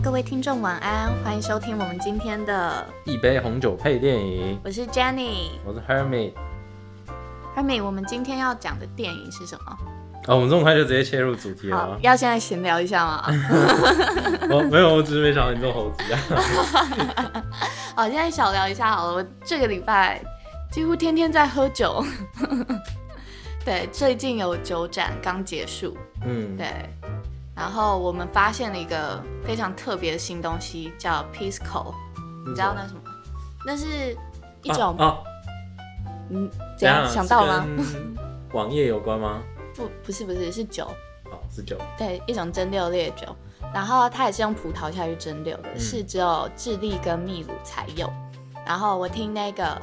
各位听众晚安，欢迎收听我们今天的一杯红酒配电影。 我是 Jenny， 我是 Hermit。 我们今天要讲的电影是什么？ 我们这么快就直接切入主题了吗？ 好，要现在闲聊一下吗？ 没有，我只是没想到你这种猴子啊。 好，现在小聊一下好了。我这个礼拜几乎天天在喝酒。对，最近有酒展刚结束，对，然后我们发现了一个非常特别的新东西，叫 Pisco。你知道那是什么？那是一种怎样想到吗？ 跟网页有关吗？ 不是，是酒。 是酒。 对，一种蒸馏烈酒，然后它也是用葡萄下去蒸馏的，是只有智利跟秘鲁才有。然后我听那个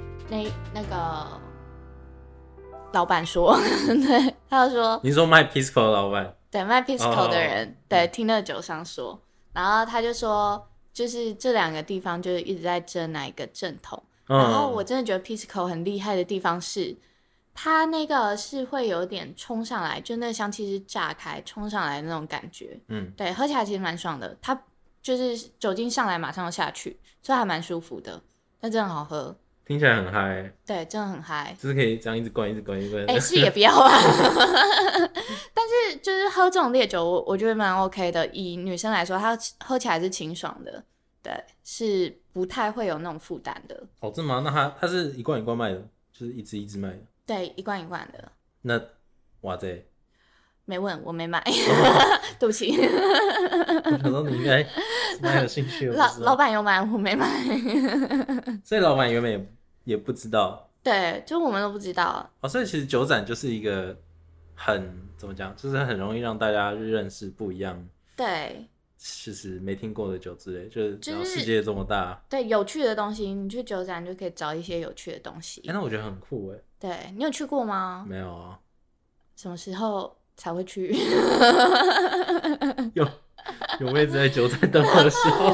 老板说，对，他就说， 你说卖 Pisco 的老板？ 对，卖 Pisco 的人，对，听那个酒商说，然后他就说，就是这两个地方就是一直在争哪一个正统。然后我真的觉得 Pisco 很厉害的地方是，它那个是会有点冲上来，就那个香气是炸开冲上来的那种感觉。对，喝起来其实蛮爽的，它就是酒精上来马上就下去，所以还蛮舒服的，但真的很好喝。 听起来很嗨。对， 真的很嗨， 就是可以这样一直灌。 是也不要啊。但是就是喝这种烈酒，我觉得蛮 OK 的。以女生来说，它喝起来是清爽的，对，是不太会有那种负担的。 真的吗？那它是一罐一罐卖的，就是一支卖的？ 对，一罐一罐的。 那哇塞， 没问，我没买。对不起。 我想说你应该蛮有兴趣。 老板有买，我没买。 所以老板原本也不知道。 对，就我们都不知道。 所以其实酒展就是一个怎么讲，就是很容易让大家认识不一样， 对， 就是没听过的酒之类，就是世界这么大， 对，有趣的东西，你去酒展就可以找一些有趣的东西。 那我觉得很酷。 对，你有去过吗？ 没有啊。 什么时候才会去？ 有妹子在酒展等我的时候。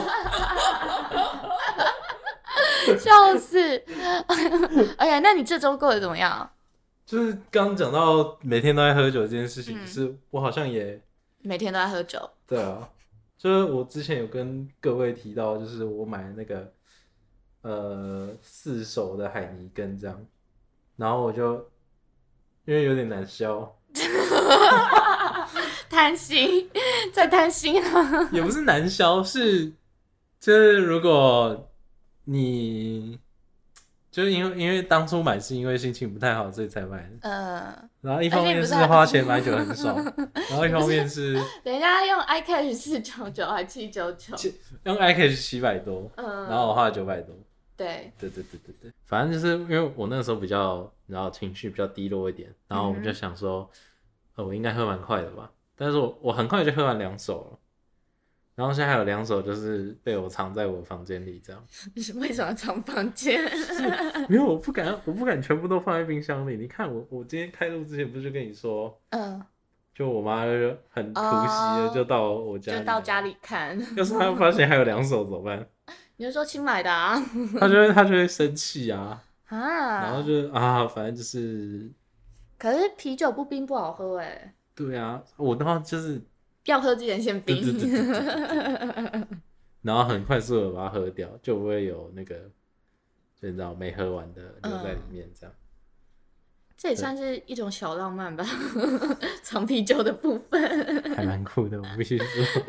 笑死。OK， 那你这周过得怎么样？ 就是刚讲到每天都在喝酒这件事情，就是我好像也每天都在喝酒。对啊，就是我之前有跟各位提到，就是我买那个4手的海尼根这样，然后我就因为有点难消。 贪心，在贪心啊。 也不是难消，就是如果你就是因为当初买是因为心情不太好，所以才买的。然后一方面是花钱买酒很爽，然后一方面是人家用 iCash 499还799， 用 iCash 700多，然后我花了900多。对，反正就是因为我那个时候比较，然后情绪比较低落一点，然后我就想说，我应该喝蛮快的吧，但是我很快就喝完2手了。然后现在还有2手就是被我藏在我的房间里这样。 你是为什么要藏房间？ 没有，我不敢全部都放在冰箱里。你看我今天开录之前不是就跟你说，就我妈就很突袭的就到我家里， 就到家里看。 要是她发现还有2手怎么办？ 你就说新买的啊。 她就会生气啊。然后就反正就是。 可是啤酒不冰不好喝对啊，我的话就是要喝之前先冰。 对。然后很快速的把它喝掉，就不会有那个就你知道没喝完的留在里面这样。 这也算是一种小浪漫吧。藏啤酒的部分还蛮酷的，我必须说。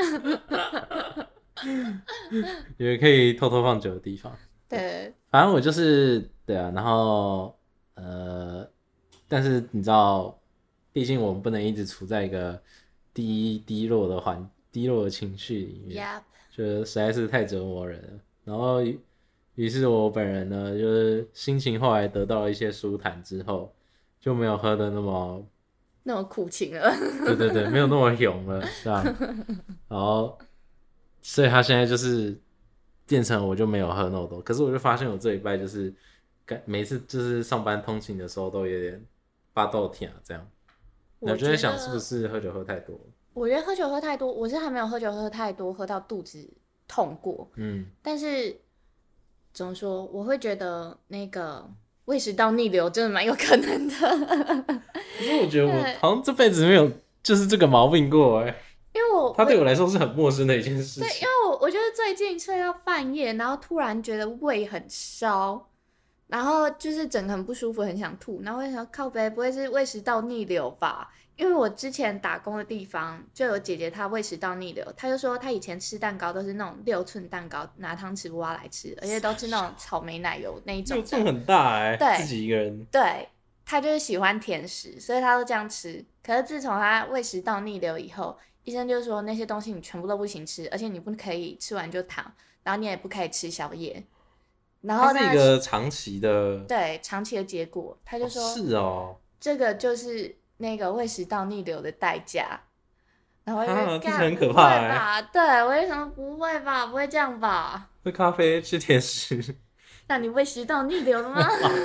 因为可以偷偷放酒的地方。 对， 反正我就是对啊，然后但是你知道，毕竟我们不能一直处在一个低落的情绪里面，就实在是太折磨人了。然后于是我本人呢，就是心情后来得到了一些舒坦之后，就没有喝的那么苦情了。 对，没有那么勇了，是吧？然后所以他现在就是变成我就没有喝那么多。可是我就发现我这礼拜就是每次就是上班通勤的时候都有点巴肚痛这样。我就在想是不是喝酒喝太多？ 我觉得喝酒喝太多，我是还没有喝酒喝太多喝到肚子痛过。但是怎么说，我会觉得那个胃食道逆流真的蛮有可能的。 可是我觉得我好像这辈子没有就是这个毛病过因为他对我来说是很陌生的一件事情。 对，因为我就是最近睡到半夜，然后突然觉得胃很烧，然后就是整个很不舒服，很想吐，然后我就想靠北，不会是胃食道逆流吧？因为我之前打工的地方就有姐姐她胃食道逆流，她就说她以前吃蛋糕都是那种6寸蛋糕，拿汤匙挖来吃，而且都是那种草莓奶油那一种的。 6寸很大对， 自己一个人。 对，她就是喜欢甜食，所以她都这样吃。可是自从她胃食道逆流以后，医生就说那些东西你全部都不行吃，而且你不可以吃完就躺，然后你也不可以吃宵夜。然后它是一个长期的， 对，长期的结果，他就说是哦， 这个就是那个胃食道逆流的代价。然后我就听起来很可怕吧？对，我就想不会吧，不会这样吧？ 喝咖啡吃甜食， 那你胃食道逆流了吗？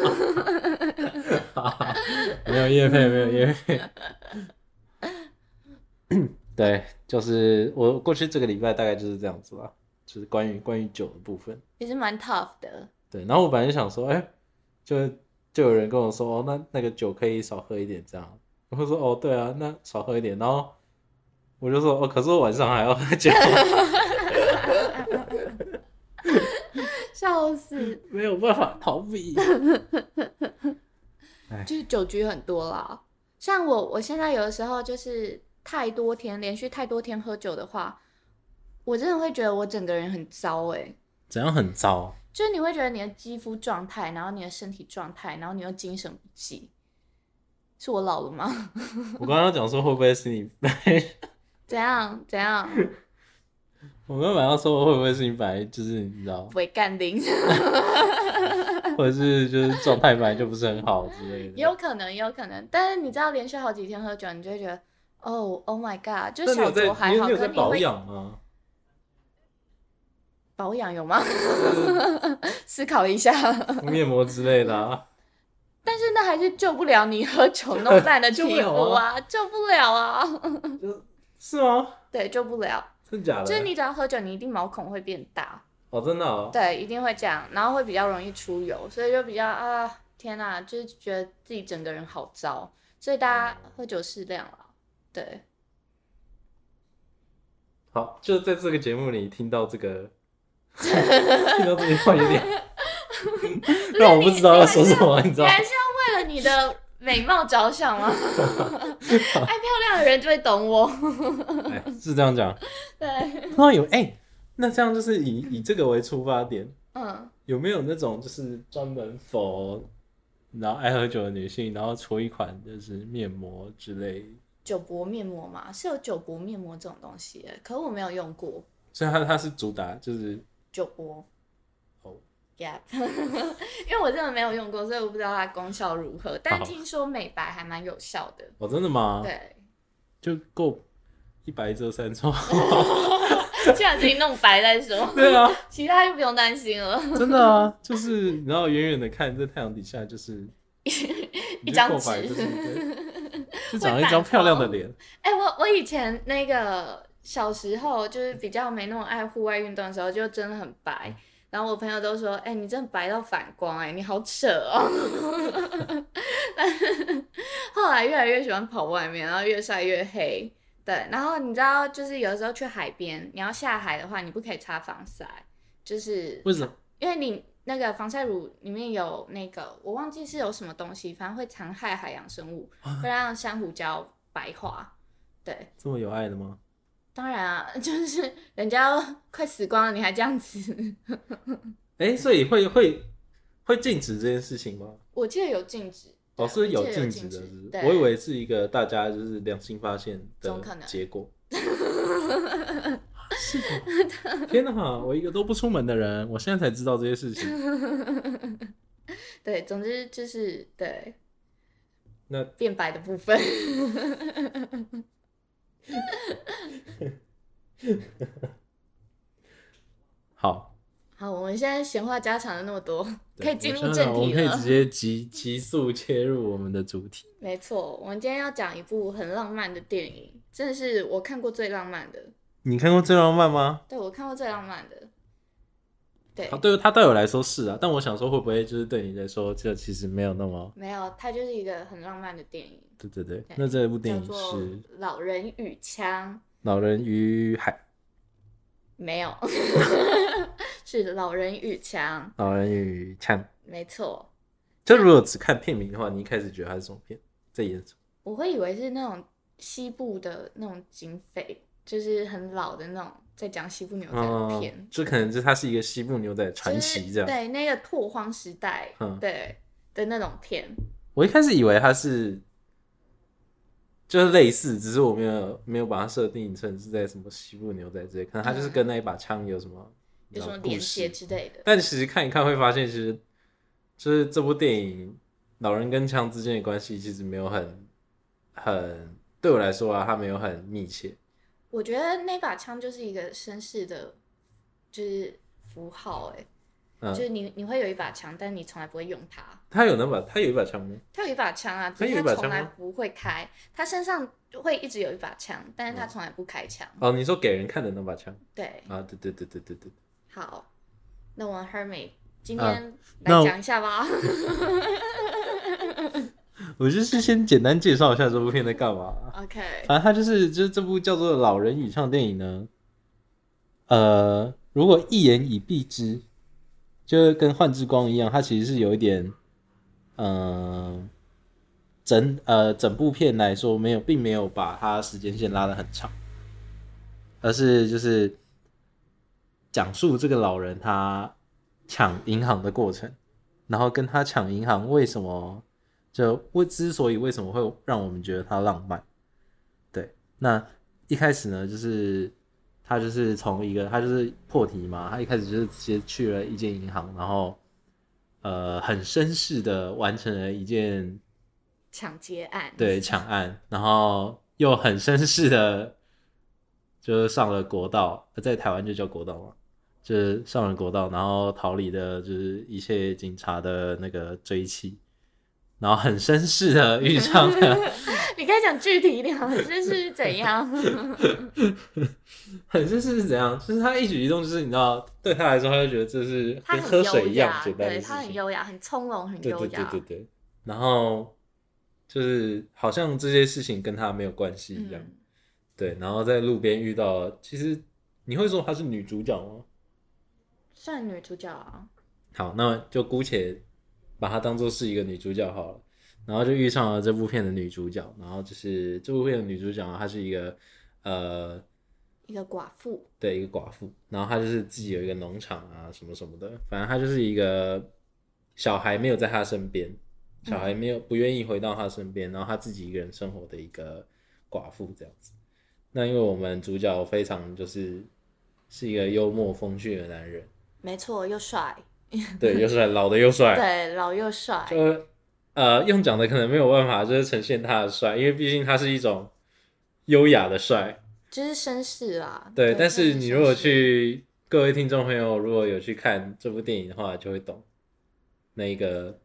没有业配，没有业配。对，就是我过去这个礼拜大概就是这样子吧，就是关于酒的部分， 也是蛮 tough 的。 对，然后我本来就想说，就有人跟我说，那个酒可以少喝一点这样，我就说哦，对啊，那少喝一点，然后我就说可是我晚上还要喝酒， 笑死， 没有办法逃避， 就是酒局很多啦。像我现在有的时候就是连续太多天喝酒的话，我真的会觉得我整个人很糟怎样很糟？ 就是你会觉得你的肌肤状态，然后你的身体状态，然后你又精神不济。是我老了吗？ 我刚刚讲说会不会是你怎样？ 我刚刚本来要说会不会是你本来就是你知道不会干零， 或者是就是状态本来就不是很好之类的。 有可能。但是你知道连续好几天喝酒，你就会觉得Oh my god， 就小酌还好， 你有在保养吗？ 保养有吗？思考一下， 面膜之类的啊。 但是那还是救不了你喝酒弄烂的皮肤啊，救不了啊。 是吗？ 对，救不了。 真的假的？ 就是你只要喝酒，你一定毛孔会变大。 哦，真的哦。 对，一定会这样，然后会比较容易出油，所以就比较天哪，就是觉得自己整个人好糟，所以大家喝酒适量啦。对。 好，就在这个节目里听到这个，听到这句话有点让我不知道要说什么，你知道吗？ 你还是要为了你的美貌着想吗？爱漂亮的人就会懂我。 是这样讲。 对。 那这样就是以这个为出发点， 嗯， 有没有那种就是专门 for 然后爱喝酒的女性，然后出一款就是面膜之类？ 酒博面膜嘛，是有酒博面膜这种东西，可我没有用过。 所以它是主打就是酒博。 哦 ，Yeah， 因为我真的没有用过，所以我不知道它功效如何。但听说美白还蛮有效的。 哦，真的吗？ 对， 就够100遮3丑。 先把自己弄白再说。 对啊， 其他就不用担心了。 真的啊，就是你知道，远远的看，在太阳底下就是一张纸，就长了一张漂亮的脸。 我以前那个小时候就是比较没那么爱户外运动的时候，就真的很白。然后我朋友都说：“你真的白到反光你好扯哦。”但是后来越来越喜欢跑外面，然后越晒越黑。对，然后你知道，就是有的时候去海边，你要下海的话，你不可以擦防晒，就是为什么？ 因为你那个防晒乳里面有那个，我忘记是有什么东西，反正会残害海洋生物，会让珊瑚礁白化。对， 这么有爱的吗？ 当然啊，就是人家快死光了，你还这样子。 所以会禁止这件事情吗？ 我记得有禁止。 是有禁止的，是不是？我以为是一个大家就是良心发现的结果。是的，天哪！我一个都不出门的人，我现在才知道这些事情。 对，总之就是对。 那变白的部分。好，我们现在闲话家常了那么多，可以进入正题了。 我们可以直接急速切入我们的主题。 没错，我们今天要讲一部很浪漫的电影，真的是我看过最浪漫的。 你看过最浪漫吗？ 对，我看过最浪漫的。对， 对他对我来说是啊，但我想说会不会就是对你来说，这其实没有那么没有，它就是一个很浪漫的电影。 对，那这部电影是《 老人与枪》。 老人与海。 没有，是老人与枪。 老人与枪， 没错。 就如果只看片名的话，你一开始觉得它是什么片，在演什么？ 我会以为是那种西部的那种警匪，就是很老的那种，在讲西部牛仔的片， 就可能它是一个西部牛仔传奇这样。 对，那个拓荒时代，对的那种片。 我一开始以为它是。就是类似，只是我没有把它设定成是在什么西部牛仔之类，可能它就是跟那一把枪有什么连接之类的。 但其实看一看会发现，其实就是这部电影老人跟枪之间的关系其实没有很对我来说啊，它没有很密切。 我觉得那把枪就是一个绅士的，就是符号就是你会有一把枪，但你从来不会用它。他有一把枪吗？ 他有一把枪啊，只是他从来不会开。他身上会一直有一把枪，但是他从来不开枪。 你说给人看的那把枪？ 对。 啊，对。 好，那我们 Hermit 今天来讲一下吧。 我就是先简单介绍一下这部片在干嘛。 OK。 反正它就是这部叫做《老人与枪》电影呢。如果一言以蔽之。就跟幻之光一样，它其实是有一点，整部片来说并没有把它时间线拉得很长，而是就是讲述这个老人他抢银行的过程，然后跟他抢银行为什么之所以为什么会让我们觉得他浪漫，对，那一开始呢就是。他就是从一个，他就是破题嘛，他一开始就是直接去了一间银行，然后很绅士的完成了一件抢劫案， 对，抢案，然后又很绅士的就是上了国道，在台湾就叫国道嘛，就是上了国道，然后逃离的就是一切警察的那个追击，然后很绅士的遇上了。 你可以讲具体一点，很绅士是怎样？ 很绅士是怎样？就是他一举一动，就是你知道，对他来说，他就觉得这是跟喝水一样简单的事情。 对，他很优雅，很从容，很优雅。 对。然后就是好像这些事情跟他没有关系一样。对，然后在路边遇到，其实你会说她是女主角吗？ 算女主角啊。 好，那就姑且把她当作是一个女主角好了。然后就遇上了这部片的女主角，然后就是这部片的女主角她是一个寡妇， 对，一个寡妇，然后她就是自己有一个农场啊什么什么的，反正她就是一个小孩没有在她身边，小孩不愿意回到她身边，然后她自己一个人生活的一个寡妇这样子。那因为我们主角非常是一个幽默风趣的男人， 没错，又帅， 对，又帅，老的又帅， 对，老又帅， 用讲的可能没有办法，就是呈现他的帅，因为毕竟他是一种优雅的帅， 就是绅士啦。 对，但是你如果各位听众朋友如果有去看这部电影的话，就会懂那个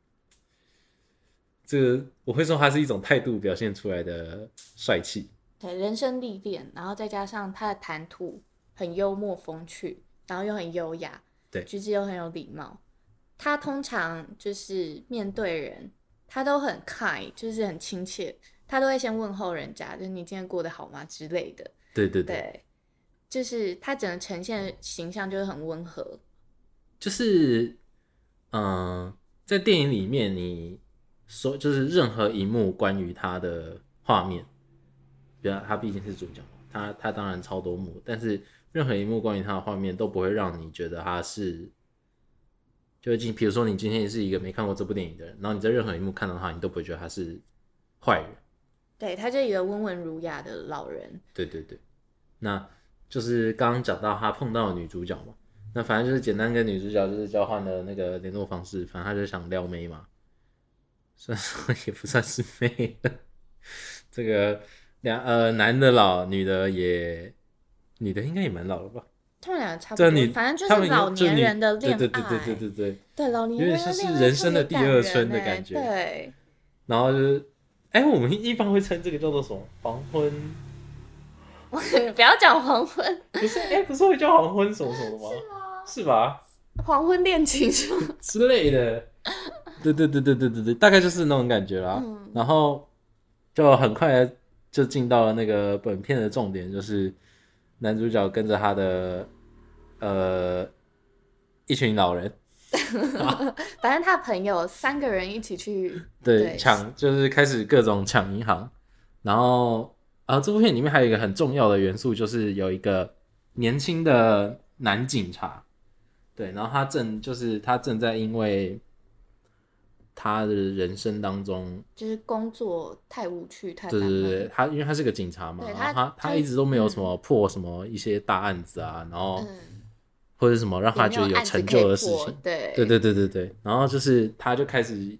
这个，我会说它是一种态度表现出来的帅气。 对，人生历练，然后再加上他的谈吐很幽默风趣，然后又很优雅， 对， 举止又很有礼貌。他通常就是面对人，他都很 kind， 就是很亲切，他都会先问候人家，就是你今天过得好吗之类的。对，就是他整个呈现的形象就是很温和。 就是在电影里面你说就是任何一幕关于他的画面，比如他毕竟是主角，他当然超多幕，但是任何一幕关于他的画面都不会让你觉得他是。就比如说你今天是一个没看过这部电影的人，然后你在任何一幕看到他，你都不会觉得他是坏人。 对，他就是一个温文儒雅的老人。 对，那就是刚刚讲到他碰到的女主角嘛，那反正就是简单跟女主角就是交换了那个联络方式，反正他就想撩妹嘛，虽然说也不算是妹了。这个男的老，女的应该也蛮老了吧？ 他们俩差不多，反正就是老年人的恋爱。对，老年人的恋爱， 有点像是人生的第二春的感觉。 对。 然后就是，我们一般会称这个叫做什么？黄昏。 不要讲黄昏。 不是会叫黄昏什么什么吗？是吗？是吧？ 黄昏恋情是吗？ 之类的。对，大概就是那种感觉啦。然后就很快就进到了那个本片的重点，就是男主角跟着他的一群老人， 反正他朋友3个人一起去对抢，就是开始各种抢银行。然后这部片里面还有一个很重要的元素，就是有一个年轻的男警察，对，然后他正在因为他的人生当中就是工作太无趣太对，因为他是个警察嘛，然后他一直都没有什么破什么一些大案子啊，然后或者什么让他觉得有成就的事情，对，然后就是他就开始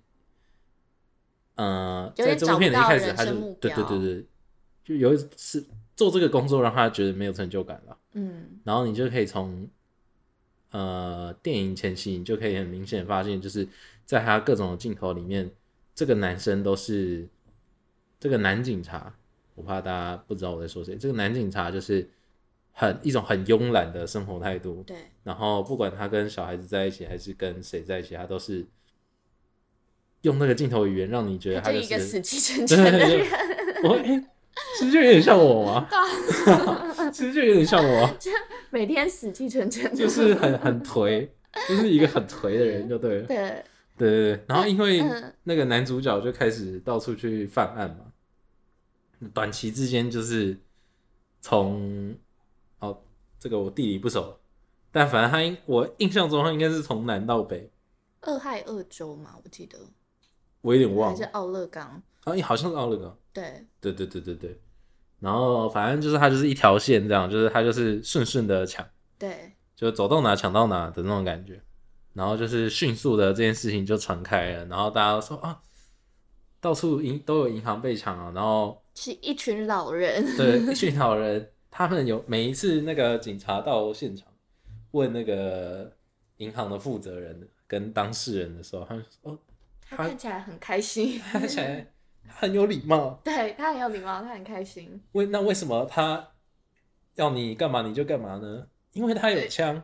在这部片里一开始他就对，就有一次做这个工作让他觉得没有成就感了，然后你就可以从电影前期你就可以很明显发现，就是在他各种的镜头里面，这个男生都是这个男警察，我怕大家不知道我在说谁，这个男警察就是一种很慵懒的生活态度， 对， 然后不管他跟小孩子在一起还是跟谁在一起，他都是用那个镜头语言让你觉得他就是一个死气沉沉的人， 其实就有点像我吗？其实就有点像我， 就每天死气沉沉的， 就是很颓，就是一个很颓的人就对了。对，然后因为那个男主角就开始到处去犯案嘛，短期之间就是从这个我地理不熟，但反正我印象中他应该是从南到北， 俄亥俄州嘛，我记得， 我有点忘了， 还是奥勒冈好像是奥勒冈， 对， 然后反正就是他就是一条线这样，就是他就是顺的抢， 对， 就走到哪抢到哪的那种感觉，然后就是迅速的这件事情就传开了，然后大家都说到处都有银行被抢啊，然后是一群老人， 对，一群老人，他们有每一次那个警察到现场问那个银行的负责人跟当事人的时候，他们说他看起来很开心， 他看起来很有礼貌， 对，他很有礼貌，他很开心。 那为什么他要你干嘛你就干嘛呢？因为他有枪，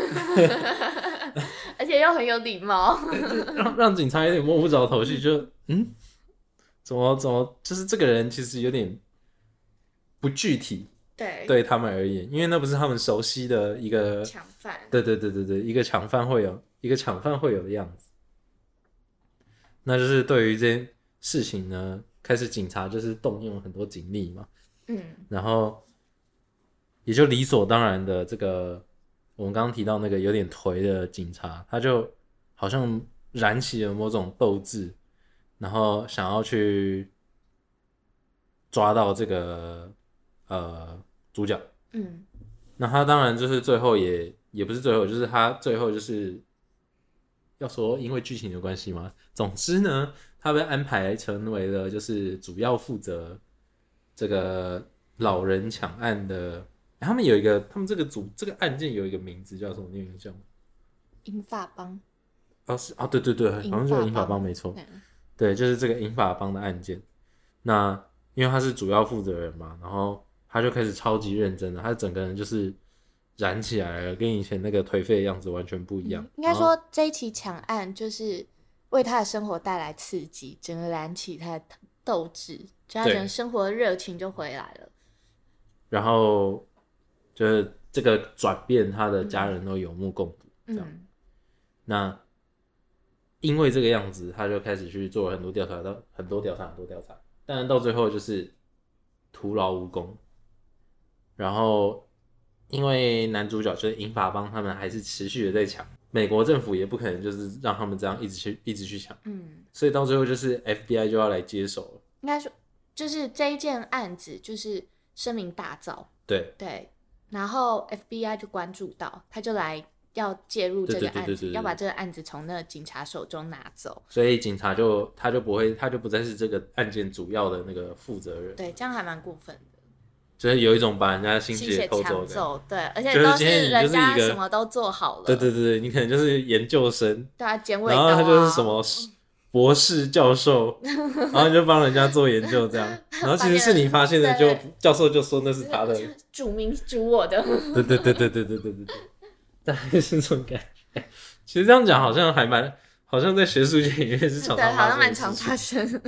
而且又很有礼貌， 让警察有点摸不着头绪，就怎么就是这个人其实有点不具体，对他们而言，因为那不是他们熟悉的一个抢犯， 对，一个抢犯会有的样子。那就是对于这件事情呢，开始警察就是动用很多警力嘛，然后也就理所当然的这个我们刚刚提到那个有点颓的警察，他就好像燃起了某种斗志，然后想要去抓到这个主角，那他当然就是最后也不是最后，就是他最后就是要说因为剧情的关系嘛，总之呢，他被安排成为了就是主要负责这个老人抢案的。他们这个案件有一个名字叫什么？你有印象吗？ 英法帮。 对，好像就是英法帮，没错。对，就是这个英法帮的案件。那因为他是主要负责人嘛，然后他就开始超级认真了，他整个人就是燃起来了，跟以前那个颓废的样子完全不一样。 应该说这一起抢案就是为他的生活带来刺激，整个燃起他的斗志，就他整个生活的热情就回来了。 然后就是这个转变，他的家人都有目共睹，这样。那因为这个样子，他就开始去做了很多调查，但到最后就是徒劳无功。然后因为男主角就是英法帮，他们还是持续的在抢，美国政府也不可能就是让他们这样一直去抢，所以到最后就是 FBI 就要来接手了。 应该说，就是这一件案子就是声名大噪，对，然后 FBI 就关注到，他就来要介入这个案子，要把这个案子从那个警察手中拿走， 所以警察他就不再是这个案件主要的那个负责人， 对，这样还蛮过分的。 就是有一种把人家心血偷走，对，而且都是人家什么都做好了， 对，你可能就是研究生， 对啊，剪尾刀然后他就是什么博士教授，然后你就帮人家做研究这样，然后其实是你发现的，就教授就说那是他的， 主我的， 对，大概是这种感觉。其实这样讲好像在学术界里面是常常发生的事情，对， 好像蛮常发生。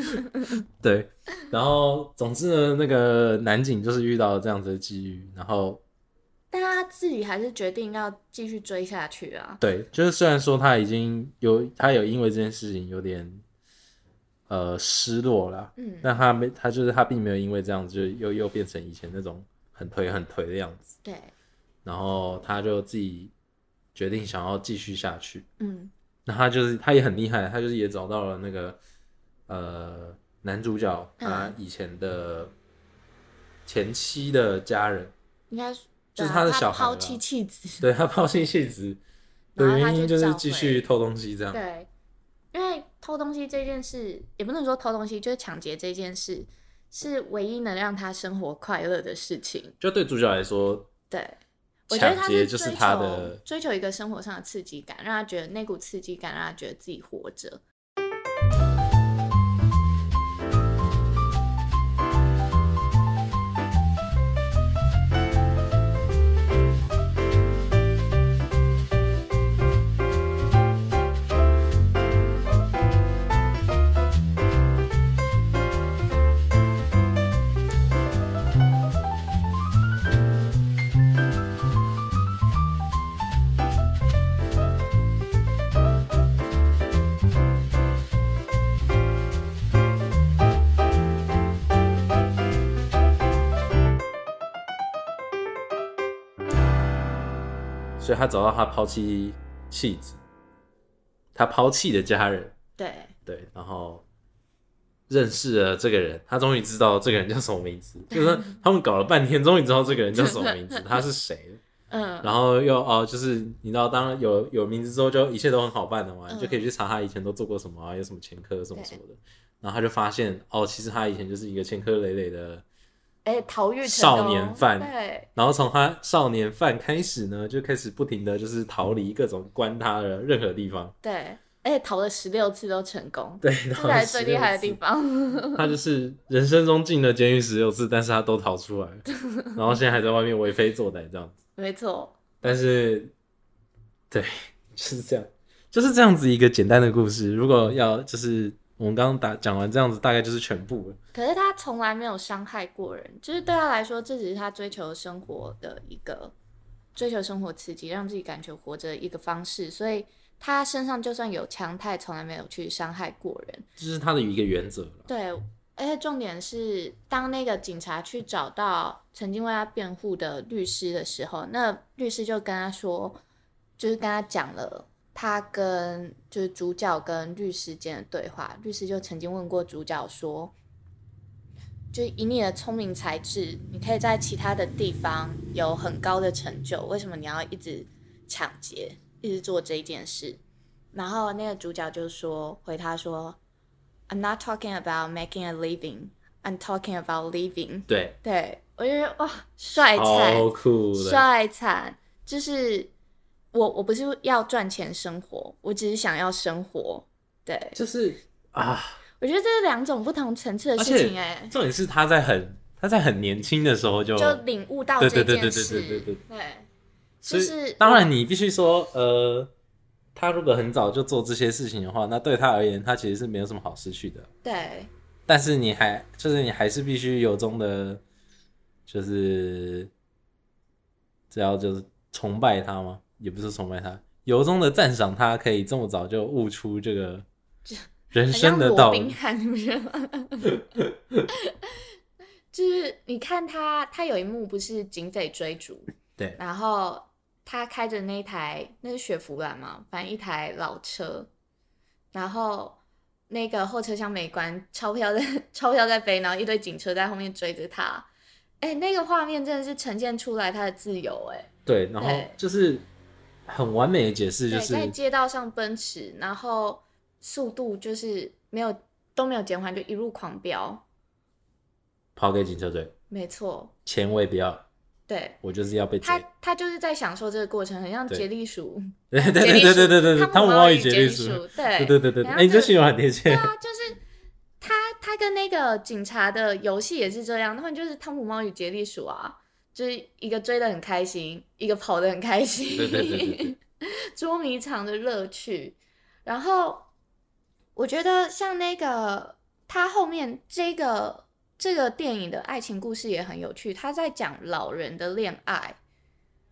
对，然后总之呢，那个男警就是遇到了这样子的机遇，然后但他自己还是决定要继续追下去啊。 对，就是虽然说他有因为这件事情有点失落啦，但他并没有因为这样子就又变成以前那种很颓的样子。 对， 然后他就自己决定想要继续下去。那他也很厉害，他就是也找到了那个男主角他以前的前妻的家人， 应该就是他的小孩， 他抛弃妻子， 对，他抛弃妻子的原因就是继续偷东西这样。 对，因为偷东西这件事也不能说偷东西，就是抢劫这件事是唯一能让他生活快乐的事情。 就对主角来说， 对，我觉得他是就是他的追求一个生活上的刺激感，让他觉得那股刺激感让他觉得自己活着。 所以他找到他抛弃妻子，他抛弃的家人，对，然后认识了这个人，他终于知道这个人叫什么名字，就是他们搞了半天，终于知道这个人叫什么名字，他是谁了。然后又就是你知道，当有名字之后，就一切都很好办的嘛，你就可以去查他以前都做过什么啊，有什么前科什么什么的。然后他就发现，其实他以前就是一个前科累累的。 逃狱少年犯， 对， 然后从他少年犯开始呢，就开始不停的就是逃离各种关他的任何地方， 对，而且逃了16次都成功， 对， 这才是最厉害的地方。 他就是人生中进了监狱16次，但是他都逃出来了，然后现在还在外面为非作歹这样子， 没错。 但是，对，就是这样，就是这样子一个简单的故事。如果要就是我们刚刚讲完这样子，大概就是全部了。 可是他从来没有伤害过人，就是对他来说，这只是他追求生活的一个追求生活刺激，让自己感觉活着的一个方式。所以他身上就算有枪，他也从来没有去伤害过人， 这是他的一个原则。 对，而且重点是，当那个警察去找到曾经为他辩护的律师的时候，那律师就跟他说，就是跟他讲了。他跟就是主角跟律师间的对话，律师就曾经问过主角说，就以你的聪明才智，你可以在其他的地方有很高的成就，为什么你要一直抢劫，一直做这件事？然后那个主角就说回他说 I'm not talking about making a living, I'm talking about living。 对，我觉得哇，帅惨， 超酷的， 帅惨，就是我不是要赚钱生活，我只是想要生活。对， 就是我觉得这是2种不同层次的事情。 重点是他在很年轻的时候就领悟到这件事。 对， 就是当然你必须说他如果很早就做这些事情的话，那对他而言他其实是没有什么好失去的。 对， 但是你还是必须由衷的就是只要就是崇拜他吗？也不是崇拜他，由衷的赞赏他可以这么早就悟出这个人生的道理。 很像罗宾汉，你不觉得吗？就是你看他有一幕不是警匪追逐， 对， 然后他开着那台那是雪佛兰嘛，反正一台老车，然后那个后车厢没关，钞票在飞，然后一堆警车在后面追着他。那个画面真的是呈现出来他的自由。 对，然后就是很完美的解释，就是在街道上奔驰，然后速度就是都没有减缓，就一路狂飙， 跑给警车追。 没错， 钱我也不要， 对， 我就是要被追。 他就是在享受这个过程，很像杰利鼠。 对，汤姆猫与杰利鼠。对，你这形容很贴切。 对啊，就是他跟那个警察的游戏也是这样，他们就是汤姆猫与杰利鼠啊。就是一个追得很开心，一个跑得很开心， 对， 捉迷藏的乐趣。然后我觉得像那个他后面这个电影的爱情故事也很有趣，他在讲老人的恋爱，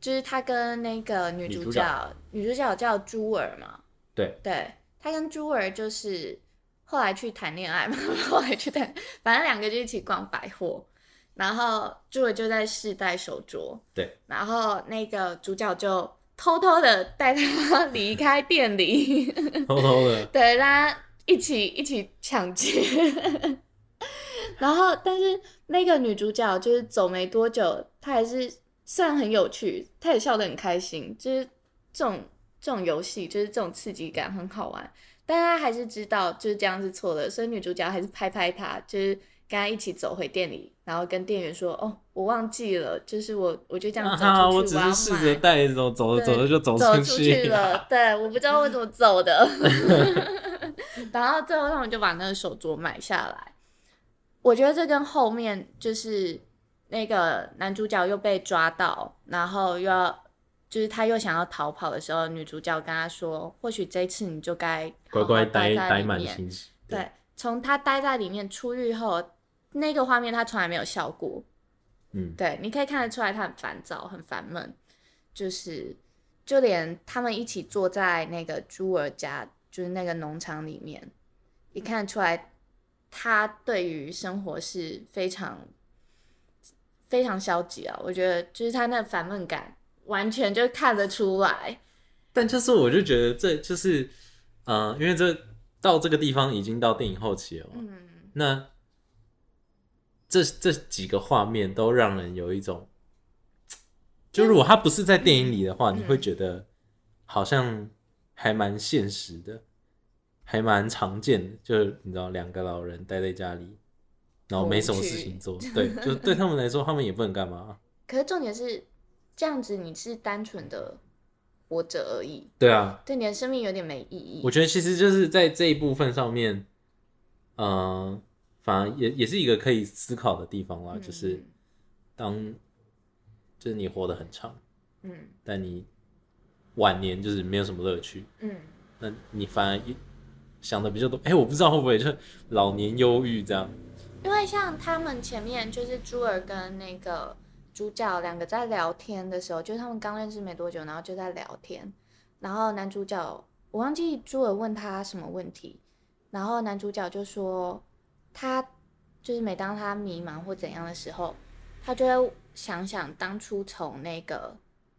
就是他跟那个女主角叫朱儿嘛， 对， 他跟朱儿就是后来去谈恋爱嘛，反正两个就一起逛百货，然后朱儿就在试戴手镯， 对， 然后那个主角就偷偷的带他离开店里， 偷偷的， 对，让他一起抢劫。然后，但是那个女主角就是走没多久，她还是虽然很有趣，她也笑得很开心，就是这种游戏，就是这种刺激感很好玩。但她还是知道就是这样是错的，所以女主角还是拍她，就是跟她一起走回店里，然后跟店员说：“哦，我忘记了，就是我就这样走出去， 我只是试着带走着就走出去了。对，我不知道我怎么走的。然后最后他们就把那个手镯买下来。我觉得这跟后面就是那个男主角又被抓到，然后就是他又想要逃跑的时候，女主角跟他说：“或许这一次你就该乖乖待满清醒。” 对，从他待在里面出狱后，那个画面他从来没有笑过。对，你可以看得出来他很烦躁、很烦闷，就连他们一起坐在那个朱儿家，就是那个农场里面，也看得出来。他对于生活是非常非常消极啊，我觉得就是他那烦闷感完全就看得出来。 但就是我就觉得这就是，因为到这个地方已经到电影后期了嘛，那这几个画面都让人有一种，就如果他不是在电影里的话，你会觉得好像还蛮现实的。还蛮常见的，就是你知道两个老人待在家里，然后没什么事情做，对，就对他们来说，他们也不能干嘛。 可是重点是这样子，你是单纯的活着而已。 对啊， 对你的生命有点没意义。 我觉得其实就是在这一部分上面，反而也是一个可以思考的地方啦，就是就是你活得很长，但你晚年就是没有什么乐趣，那你反而想的比较多，我不知道会不会就老年忧郁这样。 因为像他们前面就是朱儿跟那个主角两个在聊天的时候，就是他们刚认识没多久，然后就在聊天。然后男主角我忘记朱儿问他什么问题，然后男主角就说他就是每当他迷茫或怎样的时候，他就会想想当初从那个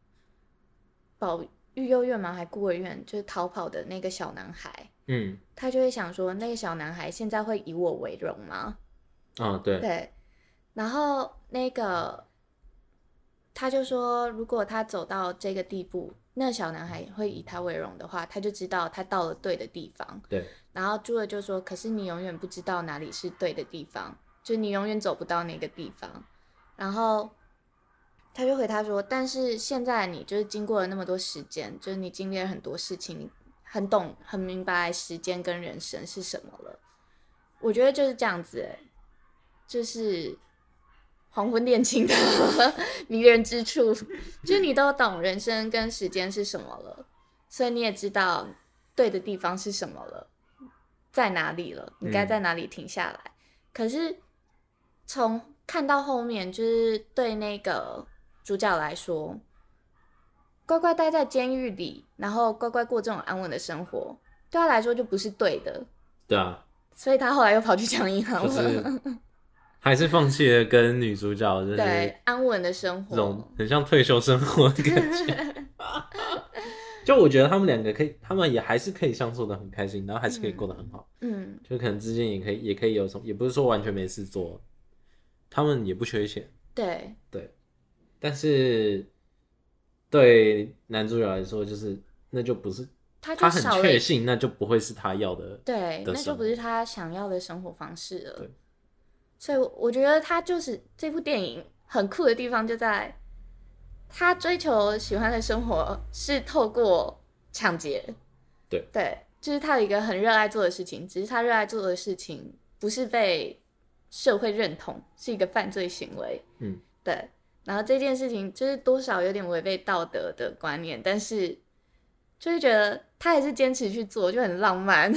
育幼院吗？还孤儿院，就是逃跑的那个小男孩。他就会想说，那个小男孩现在会以我为荣吗？对。然后那个他就说，如果他走到这个地步，那小男孩会以他为荣的话，他就知道他到了对的地方。 对。 然后朱儿就说，可是你永远不知道哪里是对的地方，就你永远走不到那个地方。然后他就回他说，但是现在你就是经过了那么多时间，就是你经历了很多事情，你很懂很明白时间跟人生是什么了。我觉得就是这样子，就是黄昏恋情的迷人之处，就是你都懂人生跟时间是什么了，所以你也知道对的地方是什么了，在哪里了，你该在哪里停下来。可是从看到后面，就是对那个主角来说，乖乖待在监狱里，然后乖乖过这种安稳的生活，对他来说就不是对的。 对啊， 所以他后来又跑去抢银行了， 就是还是放弃了跟女主角就是对安稳的生活， 这种很像退休生活的感觉。就我觉得他们两个他们也还是可以相处的很开心，然后还是可以过得很好。就可能之间也可以有什么，也不是说完全没事做，他们也不缺钱。 对， 但是对男主角来说，就是那就不是他很确信，那就不会是他要的。 对，那就不是他想要的生活方式了。对，所以我觉得他就是这部电影很酷的地方，就在他追求喜欢的生活是透过抢劫。对，就是他有一个很热爱做的事情，只是他热爱做的事情不是被社会认同，是一个犯罪行为。对。然后这件事情就是多少有点违背道德的观念，但是就会觉得他还是坚持去做，就很浪漫。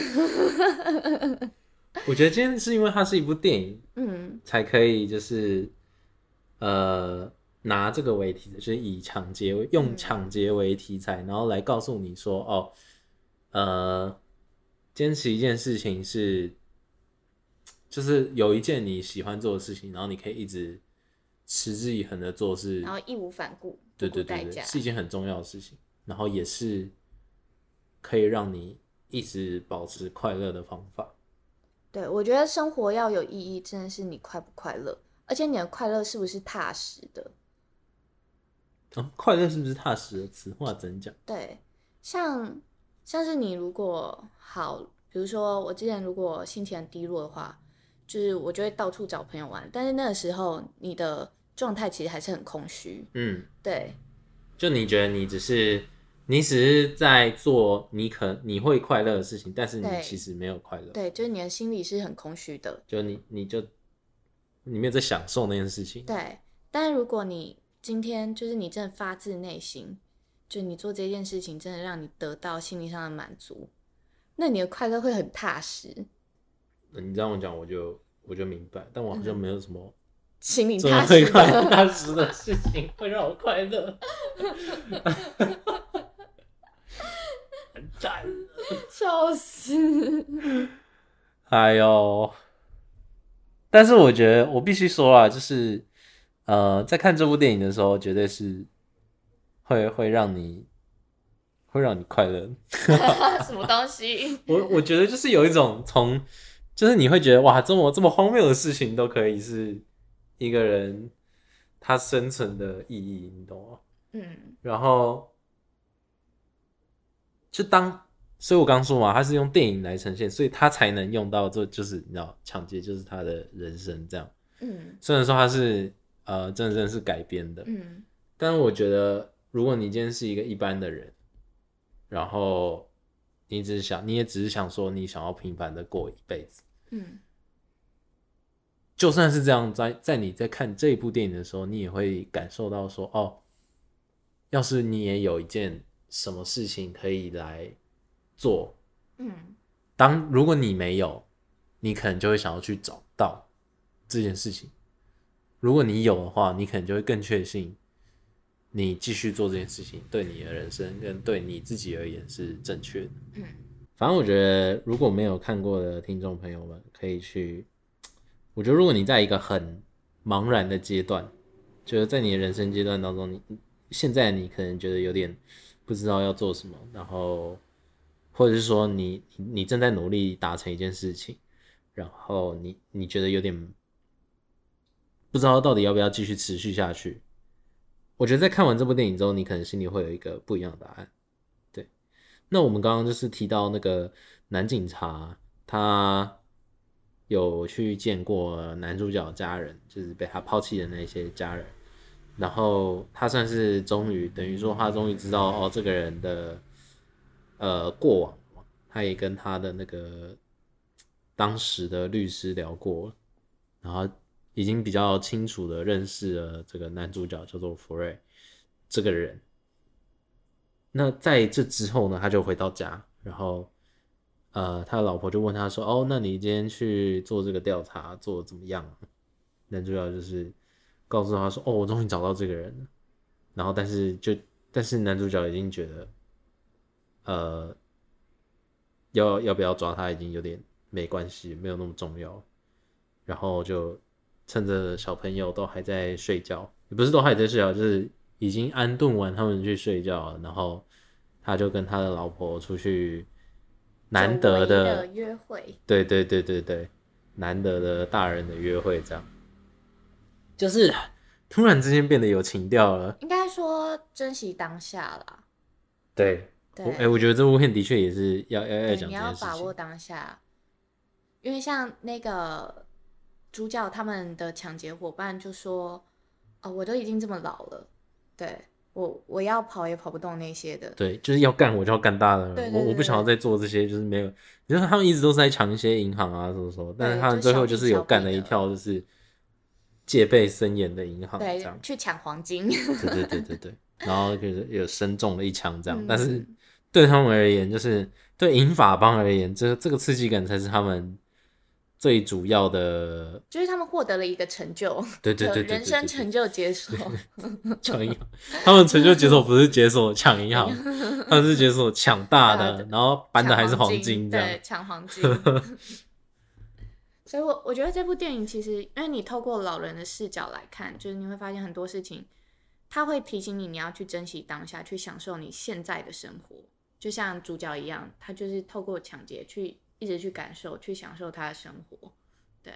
我觉得今天是因为它是一部电影，才可以就是拿这个为题材，就是以用抢劫为题材，然后来告诉你说，坚持一件事情是，就是有一件你喜欢做的事情，然后你可以一直持之以恒的做，是， 然后义无反顾， 对对对对，是一件很重要的事情，然后也是可以让你一直保持快乐的方法。 对，我觉得生活要有意义，真的是你快不快乐，而且你的快乐是不是踏实的。 快乐是不是踏实的？此话怎讲？ 对，像是你如果好，比如说我之前如果心情很低落的话，就是我就会到处找朋友玩，但是那个时候你的状态其实还是很空虚。对， 就你觉得你只是在做你会快乐的事情，但是你其实没有快乐。 对，就是你的心里是很空虚的， 就你没有在享受那件事情。 对，但如果你今天就是你真的发自内心，就你做这件事情真的让你得到心理上的满足，那你的快乐会很踏实。 你这样讲我就明白，但我好像没有什么心灵踏实踏实的事情会让我快乐。很赞， 笑死！ 哎呦！但是我觉得我必须说啦，就是在看这部电影的时候，绝对是会让你快乐。 什么东西？ 我觉得就是有一种就是你会觉得哇，这么荒谬的事情都可以是一个人他生存的意义，你懂吗？然后所以我刚说嘛，他是用电影来呈现，所以他才能用到就是你知道，抢劫就是他的人生这样。虽然说他是真的是改编的，但是我觉得如果你今天是一个一般的人，然后你也只是想说你想要平凡的过一辈子，就算是这样，在你在看这一部电影的时候，你也会感受到说，要是你也有一件什么事情可以来做，如果你没有，你可能就会想要去找到这件事情。如果你有的话，你可能就会更确信你继续做这件事情对你的人生跟对你自己而言是正确的。反正我觉得如果没有看过的听众朋友们可以去，我觉得如果你在一个很茫然的阶段，就是在你的人生阶段当中，现在你可能觉得有点不知道要做什么，然后或者是说你正在努力达成一件事情，然后你觉得有点不知道到底要不要继续持续下去。我觉得在看完这部电影之后，你可能心里会有一个不一样的答案。对，那我们刚刚就是提到那个男警察，他有去见过男主角的家人，就是被他抛弃的那些家人，然后他算是等于说他终于知道这个人的过往，他也跟他的那个当时的律师聊过，然后已经比较清楚的认识了这个男主角叫做福瑞这个人。那在这之后呢，他就回到家，然后他的老婆就问他说，那你今天去做这个调查做得怎么样？男主角就是告诉他说，我终于找到这个人了。然后但是男主角已经觉得要不要抓他已经有点没关系，没有那么重要。然后就趁着小朋友都还在睡觉，也不是都还在睡觉，就是已经安顿完他们去睡觉了，然后他就跟他的老婆出去难得的约会。 对对对对对，难得的大人的约会，这样就是突然之间变得有情调了。 应该说珍惜当下啦。 对，我觉得这部片的确也是要讲这件事情。 你要把握当下，因为像那个主角他们的抢劫伙伴就说：“我都已经这么老了，对我要跑也跑不动那些的。” 对，就是要干我就要干大的，我不想要再做这些，就是没有。你说他们一直都是在抢一些银行啊什么什么，但是他们最后就是有干了一跳，就是戒备森严的银行，这样去抢黄金。 对对对对对，然后就是有身中了一枪这样，但是对他们而言，就是对银法帮而言，这个刺激感才是他们最主要的就是他们获得了一个成就， 对， 人生成就解锁。 抢银行，他们成就解锁不是解锁抢银行，他们是解锁抢大的，然后搬的还是黄金，这样对，抢黄金。所以我觉得这部电影其实，因为你透过老人的视角来看，就是你会发现很多事情，他会提醒你要去珍惜当下，去享受你现在的生活。就像主角一样，他就是透过抢劫去一直去感受、去享受他的生活。对，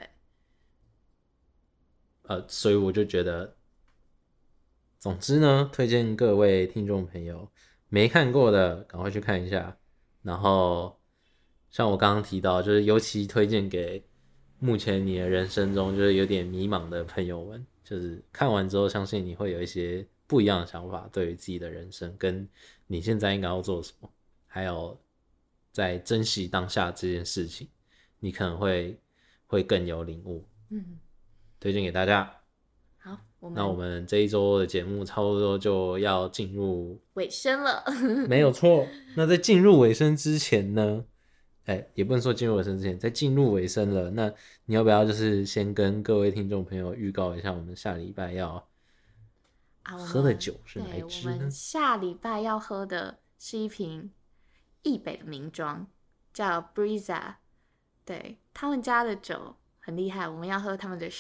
所以我就觉得，总之呢，推荐各位听众朋友没看过的赶快去看一下。然后像我刚刚提到，就是尤其推荐给目前你的人生中就是有点迷茫的朋友们，就是看完之后相信你会有一些不一样的想法，对于自己的人生跟你现在应该要做什么，还有在珍惜当下这件事情，你可能会更有领悟。推荐给大家。 好， 那我们这一周的节目差不多就要进入尾声了。 没有错。那在进入尾声之前呢，也不能说进入尾声之前，在进入尾声了，那你要不要就是先跟各位听众朋友预告一下，我们下礼拜要喝的酒是哪一支呢？ 我们下礼拜要喝的是一瓶易北的名庄，叫 Brisa。对，他们家的酒很厉害，我们要喝他们的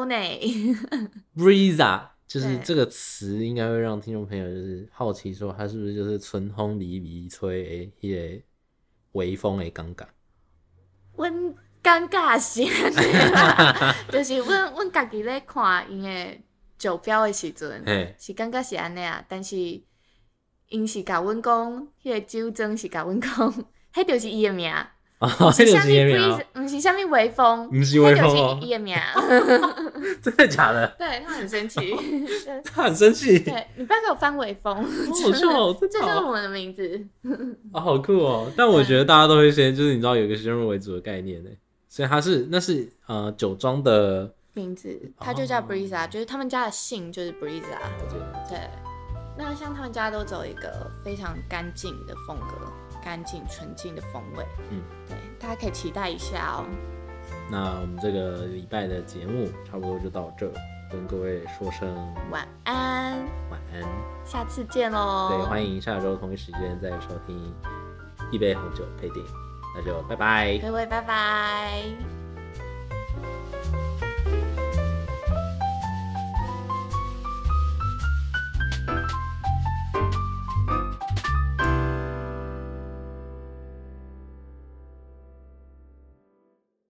Chardonnay。Brisa 就是这个词，应该会让听众朋友就是好奇说，它是不是就是春风里微吹的那个微风的感觉？ 我尴尬是，就是我家己咧看因的酒标的时阵，是感觉是安尼啊，但是因是甲阮讲，迄个酒庄是甲阮讲，迄就是伊的名。 迄就是伊的名， 不是啥物微风， 不是微风哦， 伊的名。 真的假的？ 对，他很生气， 他很生气。 对，你不要给我翻微风， 好笑哦， 这就是我们的名字。 好酷哦！但我觉得大家都会先，就是你知道有一个先入为主的概念呢，所以那是酒庄的名字，它就叫 Brisa，就是他们家的姓就是 Brisa。对，那像他们家都走一个非常干净的风格。干净纯净的风味，对，大家可以期待一下哦。 那我们这个礼拜的节目差不多就到这，跟各位说声晚安， 晚安， 下次见喽。 对，欢迎下周同一时间再收听一杯红酒配电影，那就拜拜， 各位拜拜。